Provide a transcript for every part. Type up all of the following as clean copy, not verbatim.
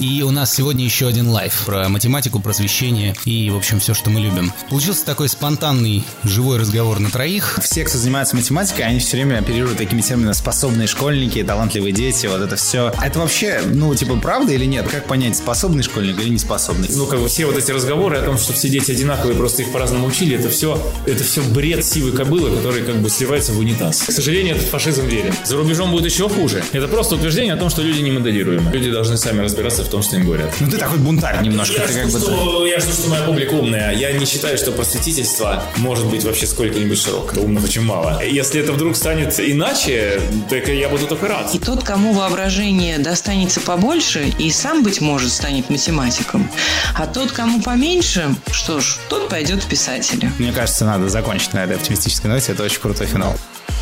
И у нас сегодня еще один лайв про математику, просвещение и, в общем, все, что мы любим. Получился такой спонтанный живой разговор на троих. Все, кто занимается математикой, они все время оперируют такими терминами: способные школьники, талантливые дети, вот это все. Это вообще, правда или нет? Как понять, способный школьник или не способный? Все вот эти разговоры о том, что все дети одинаковые, просто их по-разному учили, это все бред сивой кобылы, который сливается в унитаз. К сожалению, этот фашизм верен. За рубежом будет еще хуже. Это просто утверждение о том, что люди не моделируемы. Люди должны сами разбираться в том, что им говорят. Ты такой бунтарь немножко. Я жду, что моя публика умная. Я не считаю, что просветительство может быть вообще сколько-нибудь широкое. Умных очень мало. Если это вдруг станет иначе, так я буду только рад. И тот, кому воображение достанется побольше, и сам, быть может, станет математиком. А тот, кому поменьше, что ж, тот пойдет в писатели. Мне кажется, надо закончить на этой оптимистической ноте. Это очень крутой финал.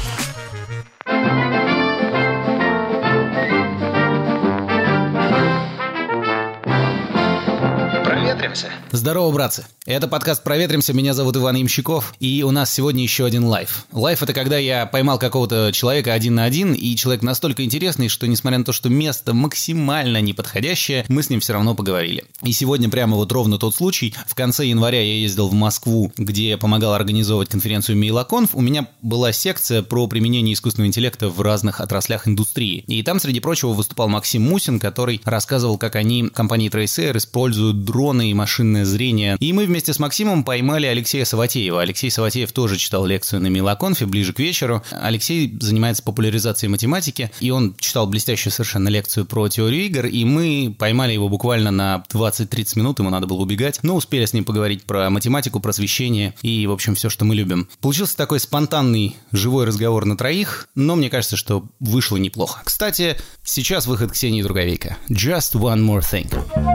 Здорово, братцы. Это подкаст «Проветримся». Меня зовут Иван Ямщиков. И у нас сегодня еще один лайв. Лайв — это когда я поймал какого-то человека один на один, и человек настолько интересный, что, несмотря на то, что место максимально неподходящее, мы с ним все равно поговорили. И сегодня прямо ровно тот случай. В конце января я ездил в Москву, где я помогал организовывать конференцию Mail.conf. У меня была секция про применение искусственного интеллекта в разных отраслях индустрии. И там, среди прочего, выступал Максим Мусин, который рассказывал, как они, компания Tracer, используют дроны и машинное зрение. И мы вместе с Максимом поймали Алексея Саватеева. Алексей Саватеев тоже читал лекцию на Mail.conf ближе к вечеру. Алексей занимается популяризацией математики, и он читал блестящую совершенно лекцию про теорию игр, и мы поймали его буквально на 20-30 минут, ему надо было убегать, но успели с ним поговорить про математику, просвещение и, в общем, все, что мы любим. Получился такой спонтанный живой разговор на троих, но мне кажется, что вышло неплохо. Кстати, сейчас выход Ксении Друговейко. Just one more thing.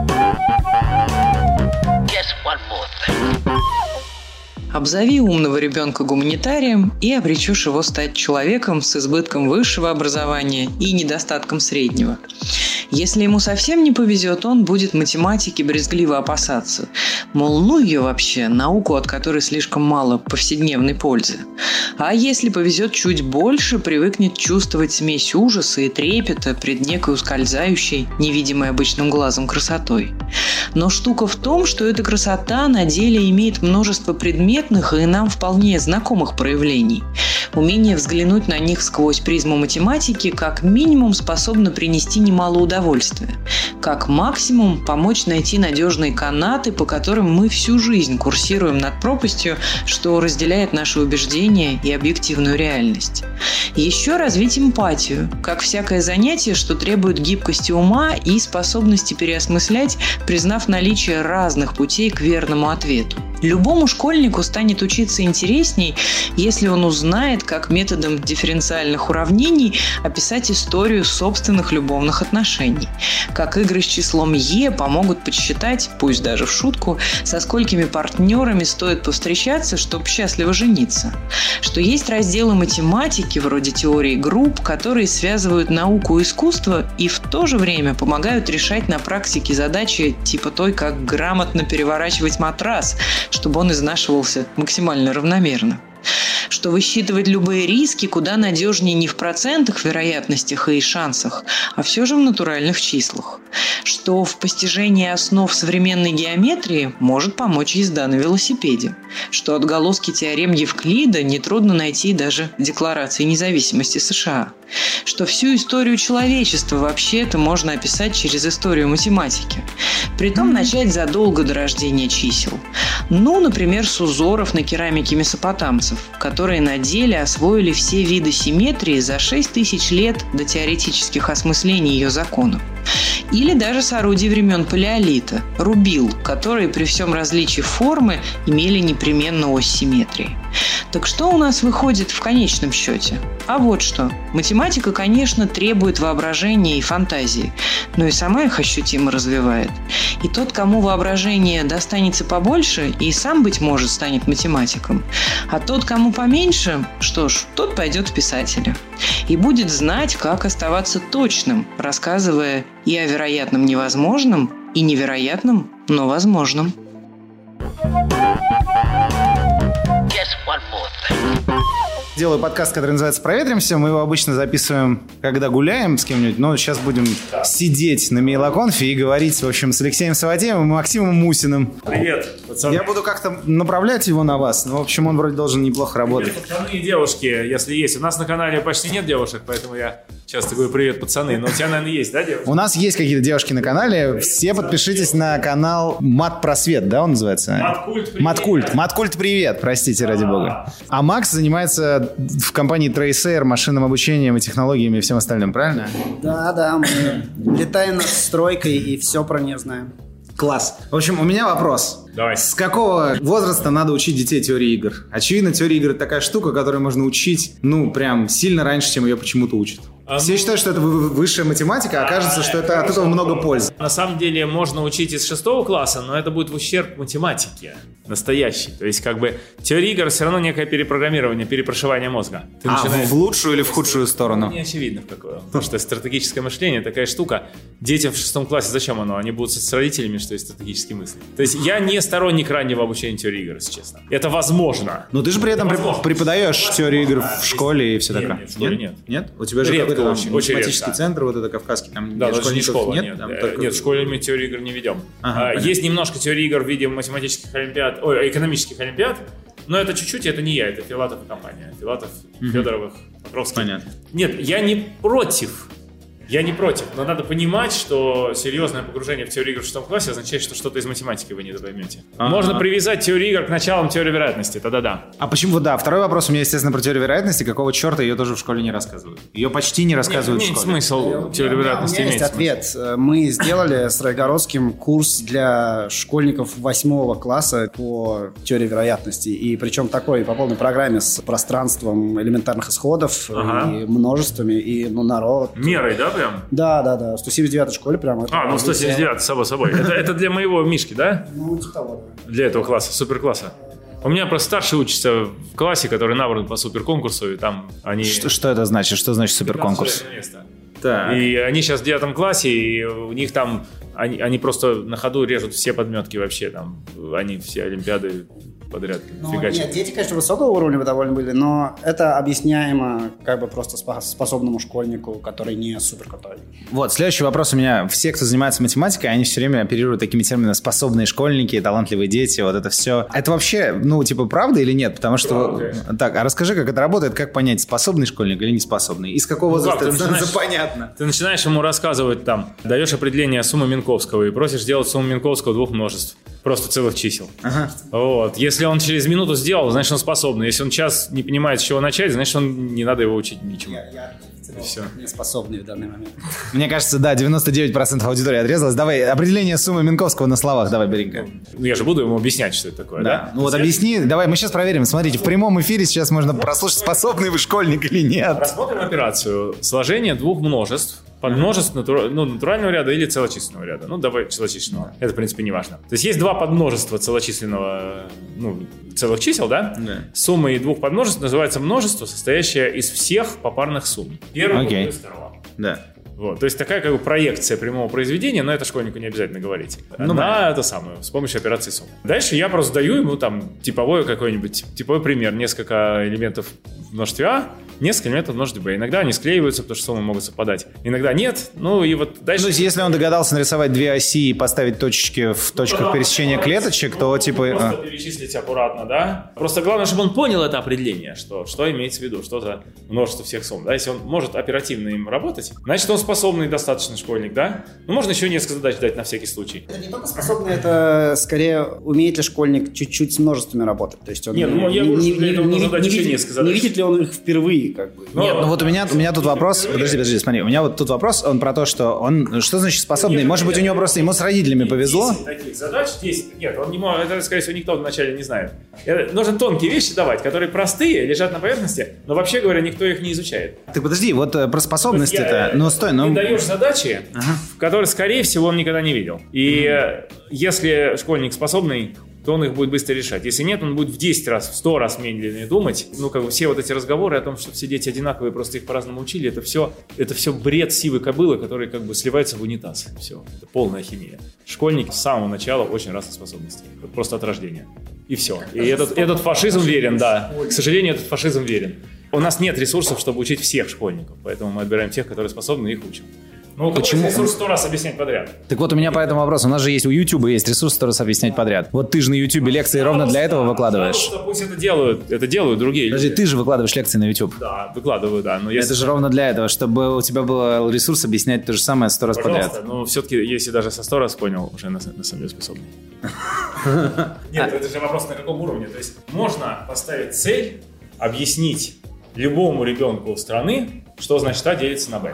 Обзови умного ребенка гуманитарием и обречешь его стать человеком с избытком высшего образования и недостатком среднего. Если ему совсем не повезет, он будет математики брезгливо опасаться. Мол, ну ее вообще, науку, от которой слишком мало повседневной пользы. А если повезет чуть больше, привыкнет чувствовать смесь ужаса и трепета пред некой ускользающей, невидимой обычным глазом красотой. Но штука в том, что эта красота на деле имеет множество предметных и нам вполне знакомых проявлений. Умение взглянуть на них сквозь призму математики как минимум способно принести немало удовольствия. Как максимум помочь найти надежные канаты, по которым мы всю жизнь курсируем над пропастью, что разделяет наши убеждения и объективную реальность. Еще развить эмпатию, как всякое занятие, что требует гибкости ума и способности переосмыслять, признав наличие разных путей к верному ответу. Любому школьнику станет учиться интересней, если он узнает, как методом дифференциальных уравнений описать историю собственных любовных отношений, как игры с числом Е помогут подсчитать, пусть даже в шутку, со сколькими партнерами стоит повстречаться, чтобы счастливо жениться, что есть разделы математики, вроде теории групп, которые связывают науку и искусство и в то же время помогают решать на практике задачи типа той, как грамотно переворачивать матрас, чтобы он изнашивался максимально равномерно. Что высчитывать любые риски куда надежнее не в процентах, вероятностях и шансах, а все же в натуральных числах. Что в постижении основ современной геометрии может помочь езда на велосипеде. Что отголоски теорем Евклида нетрудно найти даже в Декларации независимости США. Что всю историю человечества вообще-то можно описать через историю математики. Притом начать задолго до рождения чисел. Например, с узоров на керамике месопотамцев, которые на деле освоили все виды симметрии за 6000 лет до теоретических осмыслений ее законов. Или даже с орудий времен Палеолита – рубил, которые при всем различии формы имели непременно ось симметрии. Так что у нас выходит в конечном счете? А вот что. Математика, конечно, требует воображения и фантазии, но и сама их ощутимо развивает. И тот, кому воображение достанется побольше, и сам, быть может, станет математиком. А тот, кому поменьше, что ж, тот пойдет в писатели. И будет знать, как оставаться точным, рассказывая и о вероятном невозможном, и невероятном, но возможном. Делаю подкаст, который называется «Проветримся». Мы его обычно записываем, когда гуляем с кем-нибудь, но сейчас будем сидеть на Мейлоконфе и говорить, в общем, с Алексеем Саватеевым и Максимом Мусиным. Привет, пацаны. Я буду как-то направлять его на вас, но, в общем, он вроде должен неплохо работать. Привет, пацаны и девушки, если есть. У нас на канале почти нет девушек, поэтому я часто говорю «Привет, пацаны». Но у тебя, наверное, есть, да, девушки? У нас есть какие-то девушки на канале. Все подпишитесь на канал Мат-просвет, да, он называется? Маткульт, привет. Маткульт. Маткульт, привет, простите, ради бога. А Макс занимается в компании Tracer машинным обучением и технологиями и всем остальным, правильно? Да, мы летаем над стройкой и все про нее знаем. Класс. В общем, у меня вопрос. Давай. С какого возраста надо учить детей теории игр? Очевидно, теория игр — это такая штука, которую можно учить, прям сильно раньше, чем ее почему-то учат. Все считают, что это высшая математика, а кажется, что это от этого много пользы. На самом деле можно учить из 6 класса, но это будет в ущерб математике настоящей. То есть теория игр все равно некое перепрограммирование, перепрошивание мозга. Ты в лучшую или в худшую сторону? Не очевидно в какую. Потому что стратегическое мышление такая штука. Детям в 6 классе зачем оно? Они будут с родителями, что есть стратегические мысли. То есть я не сторонник раннего обучения теории игр, если честно. Это возможно. Но ты же при этом преподаешь теорию игр в школе и все такое. Нет, в школе нет. Нет? У тебя же какой-то математический центр, вот это кавказский, там да, даже не школа, нет? Нет, в школе мы теорию игр не ведем. Ага, есть немножко теории игр в виде математических олимпиад, экономических олимпиад, но это чуть-чуть, это не я, это Филатов и компания. Филатов, Федоровых, Покровский. Понятно. Нет, я не против, но надо понимать, что серьезное погружение в теорию игр в 6 классе означает, что что-то из математики вы недопоймете. Можно привязать теорию игр к началам теории вероятности, тогда да. А почему, да, второй вопрос у меня, естественно, про теорию вероятности. Какого черта ее тоже в школе не рассказывают? Ее почти не рассказывают в школе. Смысл теории вероятности У меня есть ответ. Мы сделали с Райгородским курс для школьников 8 класса по теории вероятности. И причем такой по полной программе с пространством элементарных исходов и множествами, и народ. Мерой, да, прям? Да. В 179-й школе прям. 179, само собой. Это для моего Мишки, да? Типа того, да. Для этого класса, суперкласса. У меня просто старший учится в классе, который набран по суперконкурсу, и там они... Что это значит? Что значит суперконкурс? Так. И они сейчас в 9 классе, и у них там... Они просто на ходу режут все подметки вообще, там. Они все олимпиады подряд фигачат. Нет, дети, конечно, высокого уровня довольно были, но это объясняемо просто способному школьнику, который не суперкрутой. Вот, следующий вопрос у меня. Все, кто занимается математикой, они все время оперируют такими терминами: способные школьники, талантливые дети, вот это все. Это вообще, правда или нет? Потому что... Правда. Так, а расскажи, как это работает, как понять, способный школьник или не способный? Из какого возраста это становится понятно? Ты начинаешь ему рассказывать даешь определение суммы Минковского и просишь сделать сумму Минковского двух множеств. Просто целых чисел. Ага. Вот. Если он через минуту сделал, значит, он способный. Если он час не понимает, с чего начать, значит, не надо его учить ничему. Я не способный в данный момент. Мне кажется, да, 99% аудитории отрезалось. Давай, определение суммы Минковского на словах. Давай, Беренька. Я же буду ему объяснять, что это такое, да? Объясни. Давай, мы сейчас проверим. Смотрите, в прямом эфире сейчас можно прослушать, способный вы школьник или нет. Рассмотрим операцию. Сложение двух множеств. Подмножеств натурального ряда или целочисленного ряда. Давай целочисленного. Это, в принципе, не важно. То есть есть два подмножества целочисленного, целых чисел, да? Сумма и двух подмножеств называется множество, состоящее из всех попарных сумм. Первого плюс второго. Да. Вот, то есть такая проекция прямого произведения, но это школьнику не обязательно говорить. Это самое, с помощью операции суммы. Дальше я просто даю ему типовой пример. Несколько элементов в множестве А, несколько элементов в множестве Б. Иногда они склеиваются, потому что суммы могут совпадать. Иногда нет. И вот дальше... То есть если он догадался нарисовать две оси и поставить точечки в точках пересечения клеточек, то Просто перечислить аккуратно, да? Просто главное, чтобы он понял это определение, что имеется в виду, что это множество всех сумм. Да? Если он может оперативно им работать, значит, он способный достаточно школьник, да? Можно еще несколько задач дать на всякий случай. Это не только способный, это скорее умеет ли школьник чуть-чуть с множествами работать. То есть он я говорю, что для этого нужно дать еще несколько задач. Не видит ли он их впервые, Нет, вот у меня тут вопрос. Подожди, смотри. У меня вот тут вопрос, он про то, что что значит способный? Может быть, у него просто ему с родителями повезло? 10 таких задач, 10. Нет, он не может, это, скорее всего, никто вначале не знает. Нужно тонкие вещи давать, которые простые, лежат на поверхности, но вообще говоря, никто их не изучает. Так подожди, вот про способности-то. Ты даешь задачи, которые, скорее всего, он никогда не видел. И если школьник способный, то он их будет быстро решать. Если нет, он будет в 10 раз, в 100 раз медленнее думать. Все вот эти разговоры о том, что все дети одинаковые, просто их по-разному учили, это все бред сивой кобылы, который сливается в унитаз. Все, это полная химия. Школьники с самого начала очень разных способностей. Просто от рождения. И все. И этот фашизм верен, да. К сожалению, этот фашизм верен. У нас нет ресурсов, чтобы учить всех школьников, поэтому мы отбираем тех, которые способны, и их учим. Ну, почему? Ресурс 100 раз объяснять подряд. Так вот, у меня по этому вопрос. У нас же есть у YouTube есть ресурс 100 раз объяснять подряд. Вот ты же на YouTube лекции ровно для этого выкладываешь. Пусть это делают другие Подожди, люди. ты же выкладываешь лекции на YouTube. Да, выкладываю, да. Но Это же ровно для этого, чтобы у тебя был ресурс объяснять то же самое 100 раз подряд. Но все-таки, если даже со 100 раз понял, уже на самом деле способный. Нет, это же вопрос на каком уровне. То есть можно поставить цель объяснить любому ребенку страны, что значит А делится на Б.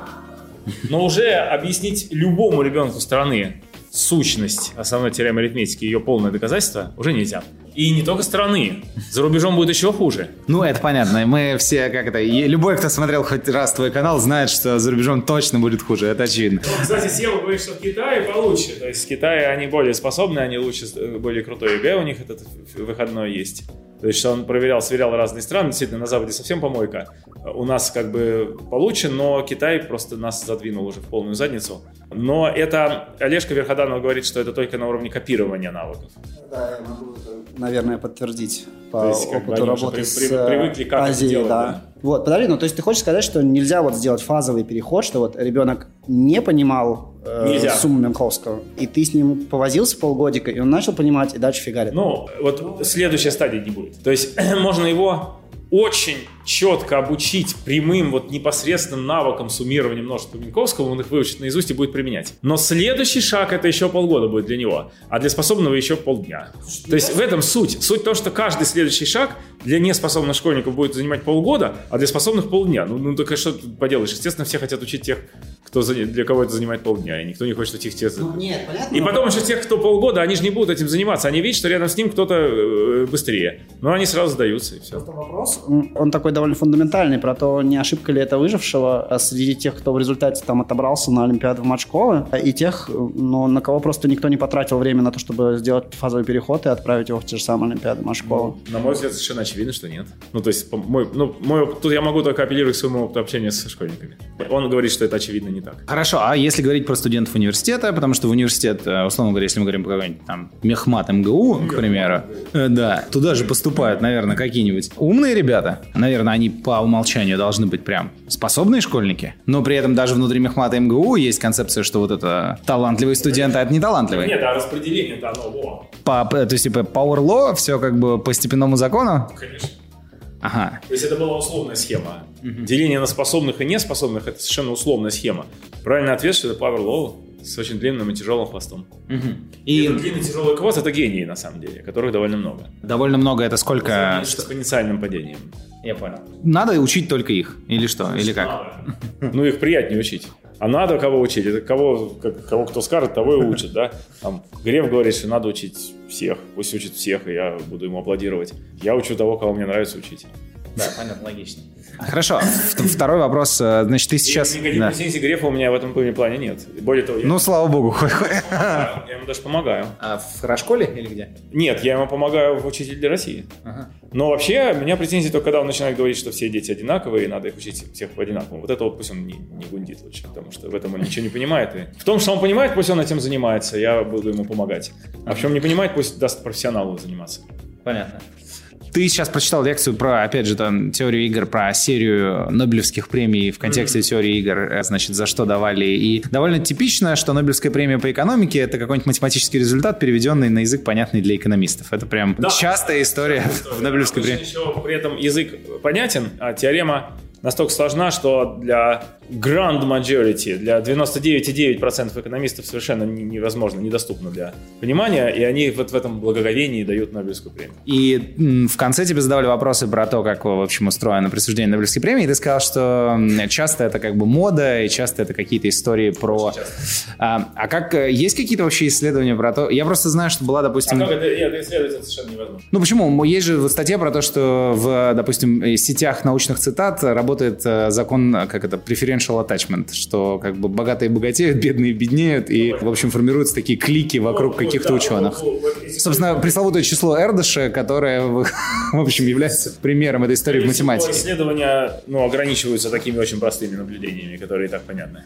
Но уже объяснить любому ребенку страны сущность основной теоремы арифметики, ее полное доказательство уже нельзя. И не только страны. За рубежом будет еще хуже. Ну, это понятно. Мы все, любой, кто смотрел хоть раз твой канал, знает, что за рубежом точно будет хуже. Это очевидно. Ну, кстати, Сева говорит, что в Китае получше. То есть в Китае они более способны, они лучше, более крутой ЕГЭ у них этот выходной есть. То есть, что он сверял разные страны. Действительно, на Западе совсем помойка. У нас получше, но Китай просто нас задвинул уже в полную задницу. Но это Олежка Верходанов говорит, что это только на уровне копирования навыков. Да, я могу, наверное, подтвердить по есть, опыту работы с привыкли, как Азией. это делать, да. Вот, подожди, то есть ты хочешь сказать, что нельзя сделать фазовый переход, что вот ребенок не понимал сумму Мянковского, и ты с ним повозился полгодика, и он начал понимать, и дальше фигарит. Ну, вот следующая стадия не будет. То есть можно его очень четко обучить прямым непосредственным навыкам суммирования множества Мянковского, он их выучит наизусть и будет применять. Но следующий шаг это еще полгода будет для него, а для способного еще полдня. То есть в этом суть. Суть в том, что каждый следующий шаг для неспособных школьников будет занимать полгода, а для способных полдня. Ну так что ты поделаешь? Естественно, все хотят учить тех, для кого это занимает полдня, и никто не хочет учить тех. Нет, понятно. И потом еще тех, кто полгода, они же не будут этим заниматься. Они видят, что рядом с ним кто-то быстрее. Но они сразу сдаются, и все. Вопрос, он такой довольно фундаментальный, про то, не ошибка ли это выжившего среди тех, кто в результате отобрался на Олимпиаду в Мачково, и тех, на кого просто никто не потратил время на то, чтобы сделать фазовый переход и отправить его в те же самые Олимпиады Мачково. На мой взгляд, совершенно очевидно, что нет. Ну, то есть, тут я могу только апеллировать к своему опыту общения со школьниками. Он говорит, что это очевидно не так. Хорошо, а если говорить про студентов университета, потому что в университет, условно говоря, если мы говорим про какой-нибудь Мехмат МГУ, к примеру, да, туда же поступают, наверное, какие-нибудь умные ребята. Наверное, они по умолчанию должны быть прям способные школьники, но при этом даже внутри Мехмата МГУ есть концепция, что вот это талантливый студент, а это не талантливый. Нет, а распределение-то оно то есть, Power Law, все по степенному закону? Конечно. Ага. То есть это была условная схема. Деление на способных и неспособных – это совершенно условная схема. Правильный ответ, что это Power Law с очень длинным и тяжелым хвостом. И этот длинный тяжелый хвост – это гении, на самом деле, которых довольно много. Довольно много – это сколько? С экспоненциальным падением. Я понял. Надо учить только их? Или что? Или как? Надо. Ну, их приятнее учить. А надо кого учить? Это кого кто скажет, того и учат, да? Греф говорит, что надо учить всех. Пусть учит всех, и я буду ему аплодировать. Я учу того, кого мне нравится учить. Да, понятно, логично. Хорошо. Второй вопрос. Значит, ты сейчас... Никаких претензий Грефа у меня в этом плане нет. Более того, Ну, слава богу. Я ему даже помогаю. А в хорошколе или где? Нет, я ему помогаю в «Учитель для России». Ага. Но вообще, у меня претензии только когда он начинает говорить, что все дети одинаковые, и надо их учить всех по-одинаковому. Вот это пусть он не гундит лучше, потому что в этом он ничего не понимает. И в том, что он понимает, пусть он этим занимается, я буду ему помогать. А в чем не понимает, пусть даст профессионалу заниматься. Понятно. Ты сейчас прочитал лекцию про, опять же, теорию игр, про серию Нобелевских премий в контексте теории игр, значит, за что давали. И довольно типично, что Нобелевская премия по экономике — это какой-нибудь математический результат, переведенный на язык, понятный для экономистов. Это прям частая история в Нобелевской премии. Еще при этом язык понятен, а теорема настолько сложна, что для grand majority, для 99,9% экономистов совершенно невозможно, недоступно для понимания, и они вот в этом благоговении дают Нобелевскую премию. И в конце тебе задавали вопросы про то, как, в общем, устроено присуждение Нобелевской премии, и ты сказал, что часто это мода, и часто это какие-то истории про... А как, есть какие-то вообще исследования про то... Я просто знаю, что была, допустим... А как это исследовать, это совершенно невозможно. Ну почему? Есть же статья про то, что в, допустим, сетях научных цитат работает закон, преференции preferential attachment, что как бы богатые богатеют, бедные беднеют, и, в общем, формируются такие клики вокруг каких-то ученых. Собственно, пресловутое число Эрдыша, которое, в общем, является примером этой истории в математике. Исследования, ограничиваются такими очень простыми наблюдениями, которые и так понятны.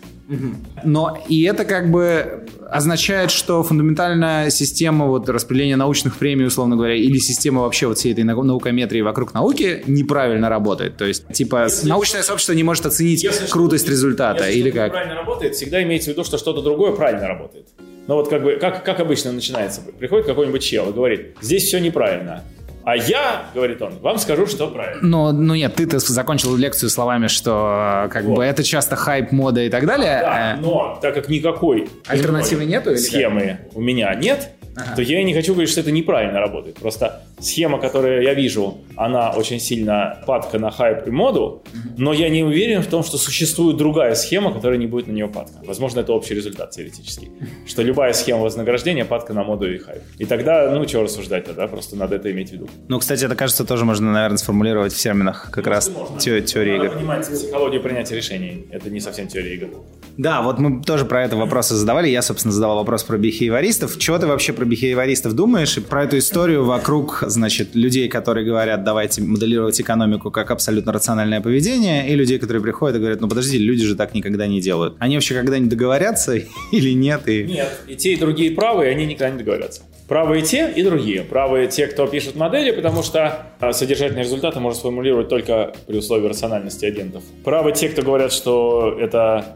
Но и это как бы означает, что фундаментальная система вот распределения научных премий, условно говоря, или система вообще вот всей этой наукометрии вокруг науки неправильно работает. То есть, типа, научное сообщество не может оценить крутость результата, или как? Правильно работает, всегда имеется в виду, что что-то другое правильно работает. Но вот как бы, как обычно начинается, приходит какой-нибудь чел и говорит, здесь все неправильно. А я, говорит он, вам скажу, что правильно. Ну нет, ты-то закончил лекцию словами, что как бы это часто хайп, мода и так далее. Да, но так как никакой альтернативы нету, схемы у меня нет, то я и не хочу говорить, что это неправильно работает. Просто схема, которую я вижу, она очень сильно падка на хайп и моду, но я не уверен в том, что существует другая схема, которая не будет на нее падка. Возможно, это общий результат теоретический. Что любая схема вознаграждения падка на моду и хайп. И тогда, чего рассуждать тогда, просто надо это иметь в виду. Кстати, это, кажется, тоже можно, наверное, сформулировать в терминах как раз теории игр. Надо понимать психологию принятия решений. Это не совсем теория игр. Да, вот мы тоже про это вопросы задавали. Я, собственно, задавал вопрос про бихейвористов. Чего ты вообще про бихейвористов думаешь? И про эту историю вокруг, значит, людей, которые говорят, давайте моделировать экономику как абсолютно рациональное поведение, и людей, которые приходят и говорят, подожди, люди же так никогда не делают. Они вообще когда-нибудь договорятся или нет? Нет, и те, и другие правы, и они никогда не договорятся. Правы и те, и другие. Правы те, кто пишет модели, потому что содержательные результаты можно сформулировать только при условии рациональности агентов. Правы те, кто говорят, что это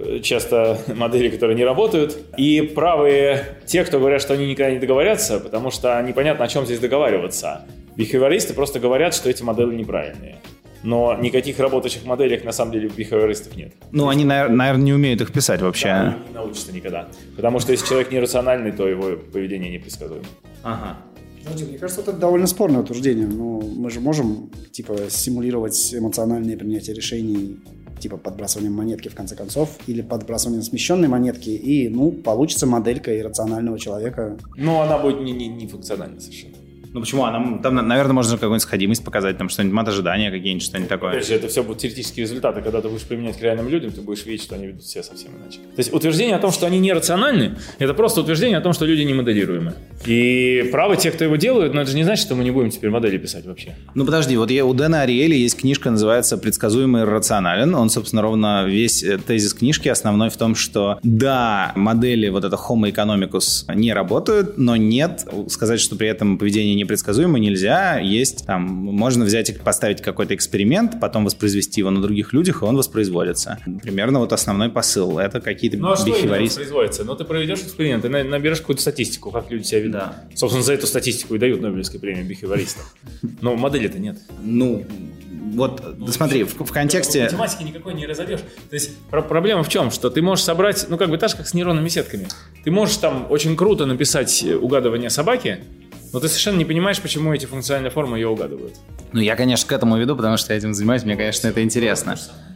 часто модели, которые не работают. И правы те, кто говорят, что они никогда не договорятся, потому что непонятно, о чем здесь договариваться. Бихевиористы просто говорят, что эти модели неправильные. Но никаких работающих моделей, на самом деле, у бихевиористов нет. Они, наверное, не умеют их писать вообще. Да, они не научатся никогда. Потому что если человек нерациональный, то его поведение непредсказуемо. Ага. Мне кажется, это довольно спорное утверждение. Мы же можем, симулировать эмоциональное принятие решений, подбрасыванием монетки, в конце концов, или подбрасыванием смещенной монетки, и, получится моделька иррационального человека. Но она будет не функциональна совершенно. Почему? Там, наверное, можно какую-нибудь сходимость показать, там что-нибудь, мат-ожидания какие-нибудь, что-нибудь такое. Опять же, это все будут теоретические результаты. Когда ты будешь применять к реальным людям, ты будешь видеть, что они ведут себя совсем иначе. То есть утверждение о том, что они нерациональны, это просто утверждение о том, что люди не моделируемы. И правы те, кто его делают, но это же не значит, что мы не будем теперь модели писать вообще. Подожди, вот у Дэна Ариэля есть книжка, называется «Предсказуемый рационален». Он, собственно, ровно весь тезис книжки основной в том, что да, модели вот это Homo economicus не работают, но нет, сказать, что при этом поведение непредсказуемо нельзя. Есть можно взять и поставить какой-то эксперимент, потом воспроизвести его на других людях, и он воспроизводится. Примерно основной посыл. Это какие-то бихевиористы. Что воспроизводится? Ты проведешь эксперимент, ты наберешь какую-то статистику, как люди себя ведут. Да. Собственно, за эту статистику и дают Нобелевскую премию бихевиористов. Но модели-то нет. Смотри, в контексте... Математики никакой не разобьешь. То есть проблема в чем? Что ты можешь собрать, так же, как с нейронными сетками. Ты можешь очень круто написать угадывание собаки, но ты совершенно не понимаешь, почему эти функциональные формы ее угадывают. Я, конечно, к этому веду, потому что я этим занимаюсь, мне, конечно, это интересно.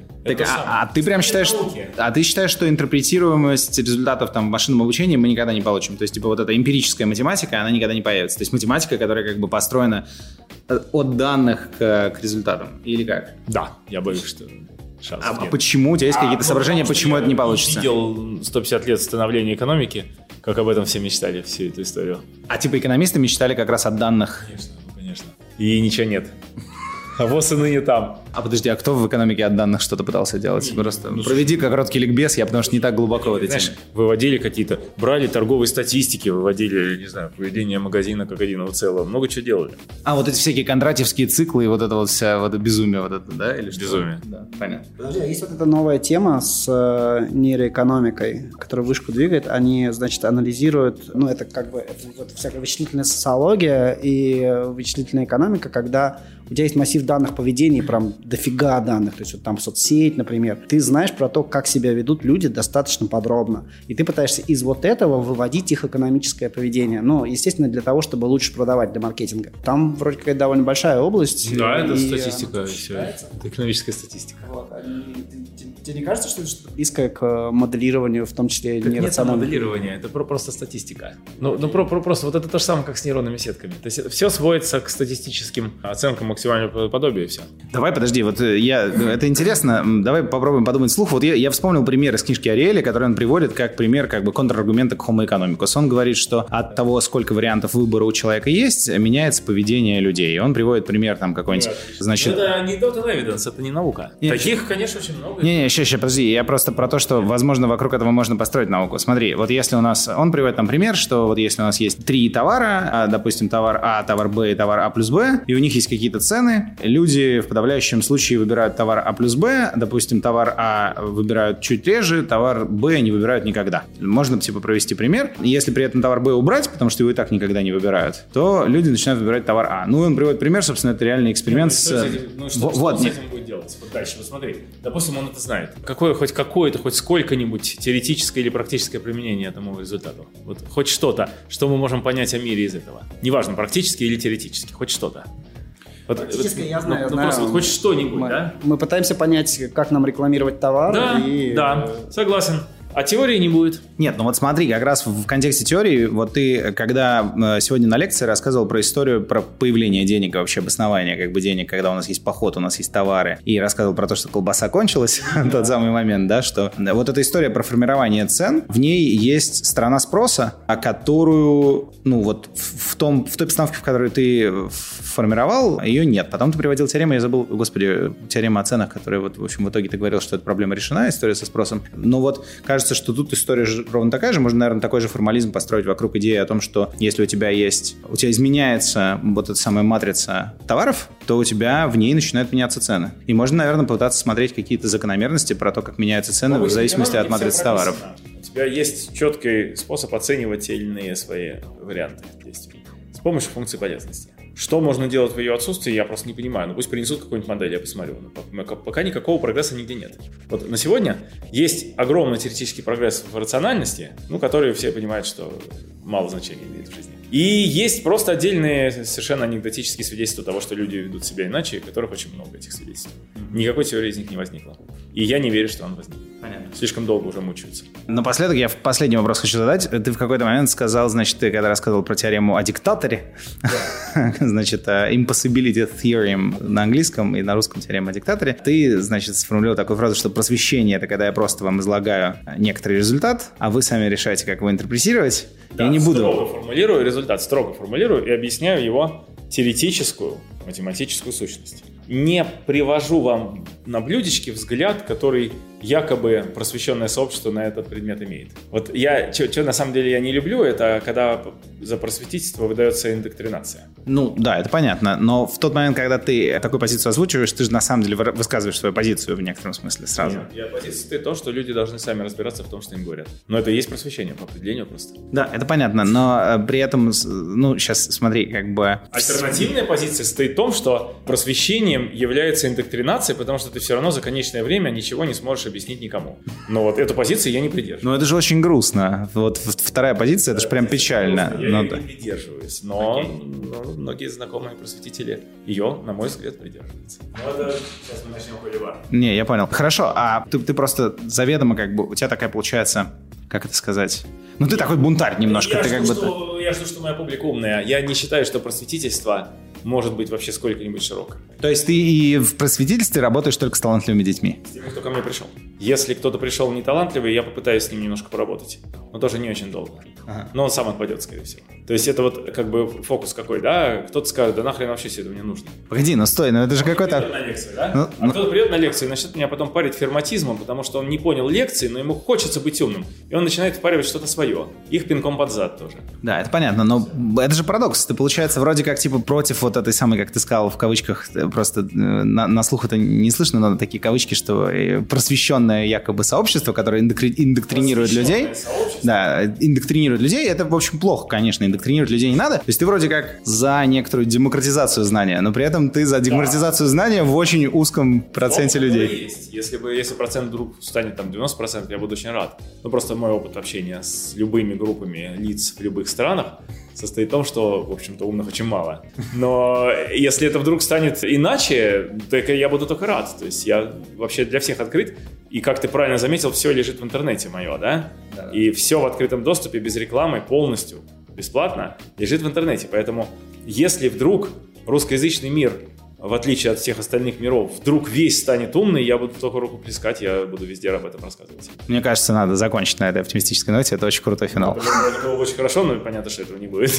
Ты прям считаешь, ты считаешь, что интерпретируемость результатов в машинном обучении мы никогда не получим? То есть, вот эта эмпирическая математика, она никогда не появится? То есть, математика, которая построена от данных к результатам? Или как? Да, я боюсь, что... А почему? У тебя есть какие-то соображения, почему это не получится? Я видел 150 лет становления экономики, как об этом все мечтали, всю эту историю. А экономисты мечтали как раз от данных? Конечно. И ничего нет. А ВОЗ и ныне там. А подожди, а кто в экономике от данных что-то пытался делать? Просто проведи короткий ликбез, я потому что не так глубоко в этой теме. Выводили какие-то, брали торговые статистики, выводили, не знаю, поведение магазина как единого целого, много чего делали. А вот эти всякие кондратьевские циклы и вот это вся безумие, да? Или что? Безумие. Да, понятно. Подожди, а есть эта новая тема с нейроэкономикой, которая вышку двигает, они, анализируют, это всякая вычислительная социология и вычислительная экономика, когда у тебя есть массив данных поведения, прям дофига данных, то есть соцсеть, например, ты знаешь про то, как себя ведут люди достаточно подробно, и ты пытаешься из этого выводить их экономическое поведение, естественно, для того, чтобы лучше продавать, для маркетинга. Там вроде какая-то довольно большая область. Да, это статистика, все. Это экономическая статистика. Тебе не кажется, что это что-то близкое к моделированию, в том числе нерационального? Нет моделирования, это просто статистика. Просто это то же самое, как с нейронными сетками. То есть все сводится к статистическим оценкам максимальное подобие и все. Давай, подожди, это интересно, давай попробуем подумать вслух. Вот я вспомнил пример из книжки Ариэля, который он приводит как пример контраргумента к Homo economicus. Он говорит, что от того, сколько вариантов выбора у человека есть, меняется поведение людей. И он приводит пример там какой-нибудь, значит... Это anecdotal evidence, это не наука. Таких, конечно, очень много. Сейчас, подожди, я просто про то, что, возможно, вокруг этого можно построить науку. Смотри, вот если у нас... Он приводит там пример, что вот если у нас есть 3 товара, допустим, товар А, товар Б и товар А плюс Б, и у них есть какие-то цены, люди в подавляющем случае выбирают товар А плюс Б, допустим, товар А выбирают чуть реже, товар Б не выбирают никогда. Можно, провести пример. Если при этом товар Б убрать, потому что его и так никогда не выбирают, то люди начинают выбирать товар А. Ну, он приводит пример, собственно, это реальный эксперимент с этим будет делать? Вот дальше, посмотри. Допустим, он это знает. Хоть сколько-нибудь теоретическое или практическое применение этому результату? Вот хоть что-то, что мы можем понять о мире из этого. Неважно, практически или теоретически, хоть что-то. Практически я знаю. Просто хоть что-нибудь, да? Мы пытаемся понять, как нам рекламировать товар. Да, согласен. А теории не будет. Нет, смотри, как раз в контексте теории, вот ты, когда сегодня на лекции рассказывал про историю, про появление денег, вообще обоснование денег, когда у нас есть поход, у нас есть товары, и рассказывал про то, что колбаса кончилась, тот самый момент, да, что вот эта история про формирование цен, в ней есть сторона спроса, которую, в той постановке, в которой ты формировал, ее нет. Потом ты приводил теорему, я забыл, теорема о ценах, которая в итоге ты говорил, что эта проблема решена, история со спросом. Но кажется, что тут история ровно такая же. Можно, наверное, такой же формализм построить вокруг идеи о том, что если у тебя изменяется вот эта самая матрица товаров, то у тебя в ней начинают меняться цены. И можно, наверное, попытаться смотреть какие-то закономерности про то, как меняются цены в зависимости от матрицы товаров. У тебя есть четкий способ оценивать те или иные свои варианты действий с помощью функции полезности. Что можно делать в ее отсутствии, я просто не понимаю. Пусть принесут какую-нибудь модель, я посмотрю. Пока никакого прогресса нигде нет. Вот на сегодня есть огромный теоретический прогресс в рациональности, который все понимают, что мало значения имеет в жизни. И есть просто отдельные совершенно анекдотические свидетельства того, что люди ведут себя иначе, которых очень много, этих свидетельств. Никакой теории из них не возникло. И я не верю, что он возник. Понятно. Слишком долго уже мучаются. Напоследок я последний вопрос хочу задать. Ты в какой-то момент сказал, ты когда рассказывал про теорему о диктаторе, impossibility theorem на английском и на русском теорема о диктаторе, ты, сформулировал такую фразу, что просвещение — это когда я просто вам излагаю некоторый результат, а вы сами решаете, как его интерпретировать. Да, я не буду... строго формулирую и объясняю его теоретическую, математическую сущность. Не привожу вам на блюдечке взгляд, который якобы просвещенное сообщество на этот предмет имеет. Вот что на самом деле я не люблю, это когда за просветительство выдается индоктринация. Да, это понятно, но в тот момент, когда ты такую позицию озвучиваешь, ты же на самом деле высказываешь свою позицию в некотором смысле сразу. Нет, я позиция то, что люди должны сами разбираться в том, что им говорят. Но это и есть просвещение по определению просто. Да, это понятно, но при этом, сейчас смотри, Альтернативная позиция стоит в том, что просвещением является индоктринация, потому что ты все равно за конечное время ничего не сможешь объяснить никому. Но эту позицию я не придерживаюсь. Но это же очень грустно. вторая позиция, это же прям печально. Я ее не придерживаюсь, но многие знакомые просветители ее, на мой взгляд, придерживаются. Сейчас мы начнем холивар. Не, я понял. Хорошо, а ты просто заведомо у тебя такая получается, как это сказать? Ты такой бунтарь немножко. Я жду, что моя публика умная. Я не считаю, что просветительство может быть вообще сколько-нибудь широкое. То есть ты и в просветительстве работаешь только с талантливыми детьми? С теми, кто ко мне пришел. Если кто-то пришел неталантливый, я попытаюсь с ним немножко поработать. Но тоже не очень долго. Ага. Но он сам отпадет, скорее всего. То есть это фокус какой, да? Кто-то скажет, да нахрен вообще все это мне нужно. Погоди, стой, это же какой-то... Придет на лекцию, да? Кто-то придет на лекцию и начнет меня потом парить ферматизмом, потому что он не понял лекции, но ему хочется быть умным. И он начинает впаривать что-то свое. Их пинком под зад тоже. Да, это понятно, но это же парадокс. Ты, получается, вроде как против этой самой, как ты сказал, в кавычках, просто на слух это не слышно, но такие кавычки, что просвещенное якобы сообщество, которое индоктринирует людей. Да, индоктринирует людей, это, в общем, плохо, конечно, индоктринировать людей не надо. То есть ты вроде как за некоторую демократизацию знания, но при этом ты за демократизацию знания в очень узком проценте людей. Есть. Если процент вдруг станет 90%, я буду очень рад. Просто мой опыт общения с любыми группами лиц в любых странах состоит в том, что, в общем-то, умных очень мало. Но если это вдруг станет иначе, так я буду только рад. То есть я вообще для всех открыт. И, как ты правильно заметил, все лежит в интернете мое, да? Да. И все в открытом доступе, без рекламы, полностью бесплатно лежит в интернете. Поэтому, если вдруг русскоязычный мир в отличие от всех остальных миров, вдруг весь станет умный, я буду только руку плескать, я буду везде об этом рассказывать. Мне кажется, надо закончить на этой оптимистической ноте, это очень крутой финал. Это было очень хорошо, но понятно, что этого не будет.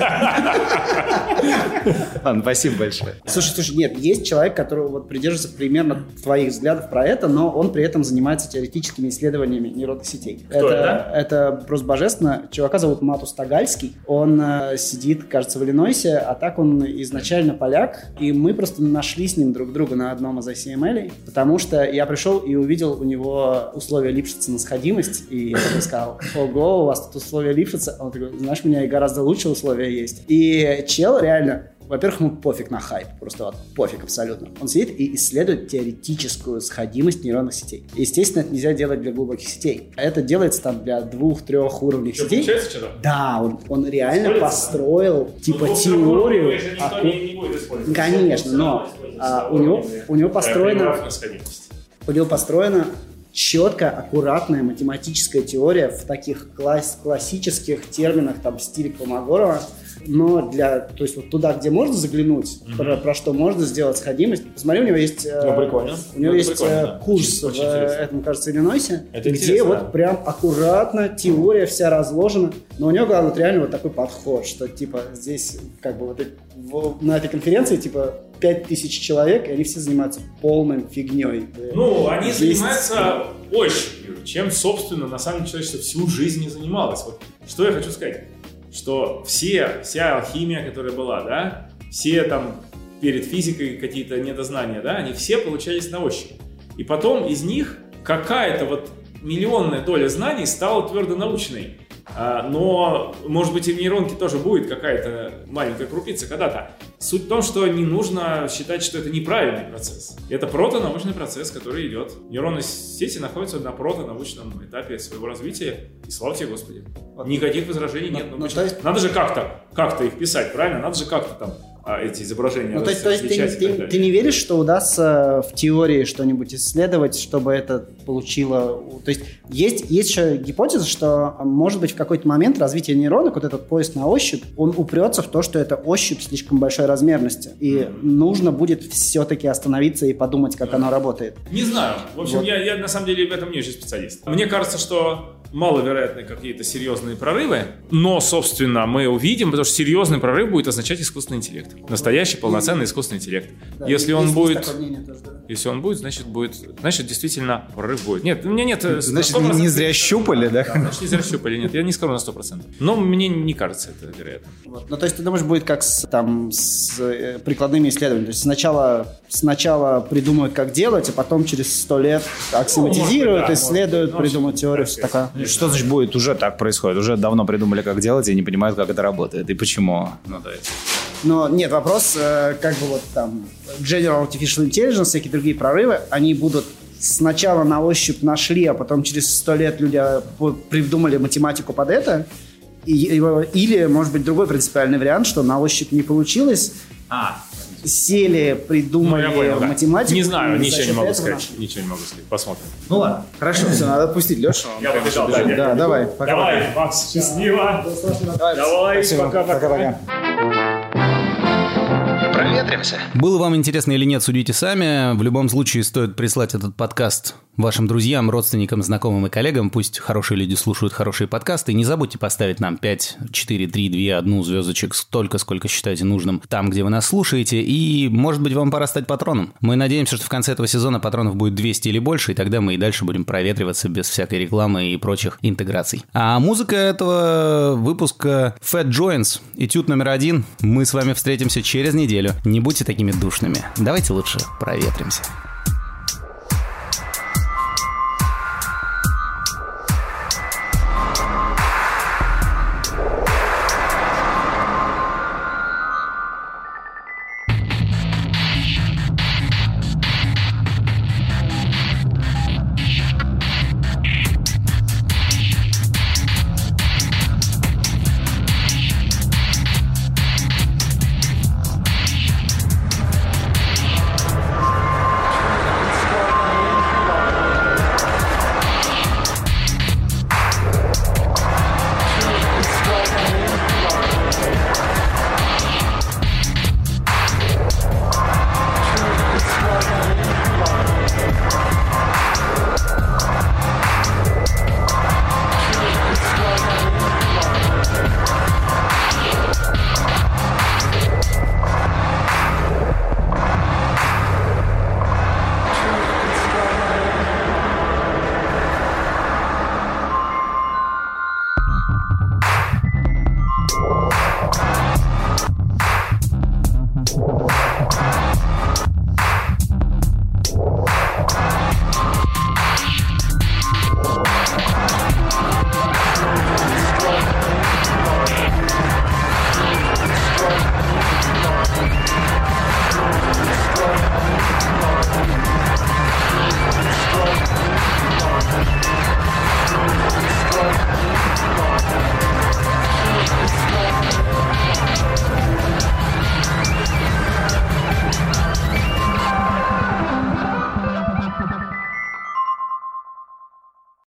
Ладно, спасибо большое. Слушай, нет, есть человек, который вот придерживается примерно твоих взглядов про это, но он при этом занимается теоретическими исследованиями нейронных сетей. Кто это? Это просто божественно. Чувака зовут Матус Тагальский. Он сидит, кажется, в Иллинойсе, а так он изначально поляк, и мы просто нашли с ним друг друга на одном из ICML, потому что я пришел и увидел у него условия Липшица на сходимость, и я такой сказал: ого, у вас тут условия Липшица? Он такой: знаешь, у меня и гораздо лучше условия есть. И чел реально... Во-первых, ему пофиг на хайп, просто вот пофиг абсолютно. Он сидит и исследует теоретическую сходимость нейронных сетей. Естественно, это нельзя делать для глубоких сетей. Это делается там для 2-3 уровней сетей. Получается что-то? Да, он реально построил типа теорию. Конечно, но у него построена четкая, аккуратная математическая теория в таких классических терминах, там, в стиле Колмогорова. Но то есть вот туда, где можно заглянуть, про что можно сделать сходимость. Посмотри, у него есть, курс в этом, кажется, Иллинойсе, где вот прям аккуратно теория вся разложена. Но у него, главное, вот реально вот такой подход, что типа здесь как бы вот на этой конференции типа 5000 человек, и они все занимаются полной фигней. Ну, они занимаются ощупью, чем, собственно, на самом деле человечество всю жизнь не занималось. Вот что я хочу сказать. Что вся алхимия, которая была, да, все там перед физикой какие-то недознания, да, они все получались на ощупь. И потом из них какая-то вот миллионная доля знаний стала твердо научной. Но, может быть, и в нейронке тоже будет какая-то маленькая крупица когда-то. Суть в том, что не нужно считать, что это неправильный процесс. Это протонаучный процесс, который идет. Нейронные сети находятся на протонаучном этапе своего развития. И слава тебе, Господи. Никаких возражений нет. Надо же как-то их писать, правильно? Надо же как-то там эти изображения различать. Ты не веришь, что удастся в теории что-нибудь исследовать, чтобы это получило... То есть есть еще гипотеза, что, может быть, в какой-то момент развитие нейронок, вот этот поиск на ощупь, он упрется в то, что это ощупь слишком большой размерности. И нужно будет все-таки остановиться и подумать, как оно работает. Не знаю. В общем, вот. я на самом деле в этом не очень специалист. Мне кажется, что маловероятны какие-то серьезные прорывы, но, собственно, мы увидим, потому что серьезный прорыв будет означать искусственный интеллект. Настоящий, полноценный искусственный интеллект. Да, если он будет, значит, действительно прорыв будет. Нет, у меня нет... Значит, не зря щупали, да? Значит, не зря щупали, нет, я не скажу на 100%. Но мне не кажется это вероятно. Вот. Ну, то есть, ты думаешь, будет как с прикладными исследованиями? То есть, сначала придумают, как делать, а потом через 100 лет аксиоматизируют, исследуют, придумают теорию, все такое. Что значит будет? Уже так происходит. Уже давно придумали, как делать, и не понимают, как это работает. И почему. Но нет, вопрос, как бы вот там General Artificial Intelligence, всякие другие прорывы, они будут сначала на ощупь нашли, а потом через 100 лет люди придумали математику под это. Или, может быть, другой принципиальный вариант, что на ощупь не получилось. Сели, придумали математику. Не знаю, ничего не могу сказать. Посмотрим. Ну ладно, хорошо, все, надо отпустить Лешу. Я побежал. Да, давай. Давай, Макс, счастливо. Давай, пока-пока. Проветримся. Было вам интересно или нет, судите сами. В любом случае стоит прислать этот подкаст вашим друзьям, родственникам, знакомым и коллегам. Пусть хорошие люди слушают хорошие подкасты. Не забудьте поставить нам 5, 4, 3, 2, 1 звездочек, столько, сколько считаете нужным там, где вы нас слушаете. И, может быть, вам пора стать патроном. Мы надеемся, что в конце этого сезона патронов будет 200 или больше, и тогда мы и дальше будем проветриваться без всякой рекламы и прочих интеграций. А музыка этого выпуска Fat Joins, этюд номер 1. Мы с вами встретимся через неделю. Не будьте такими душными. Давайте лучше проветримся.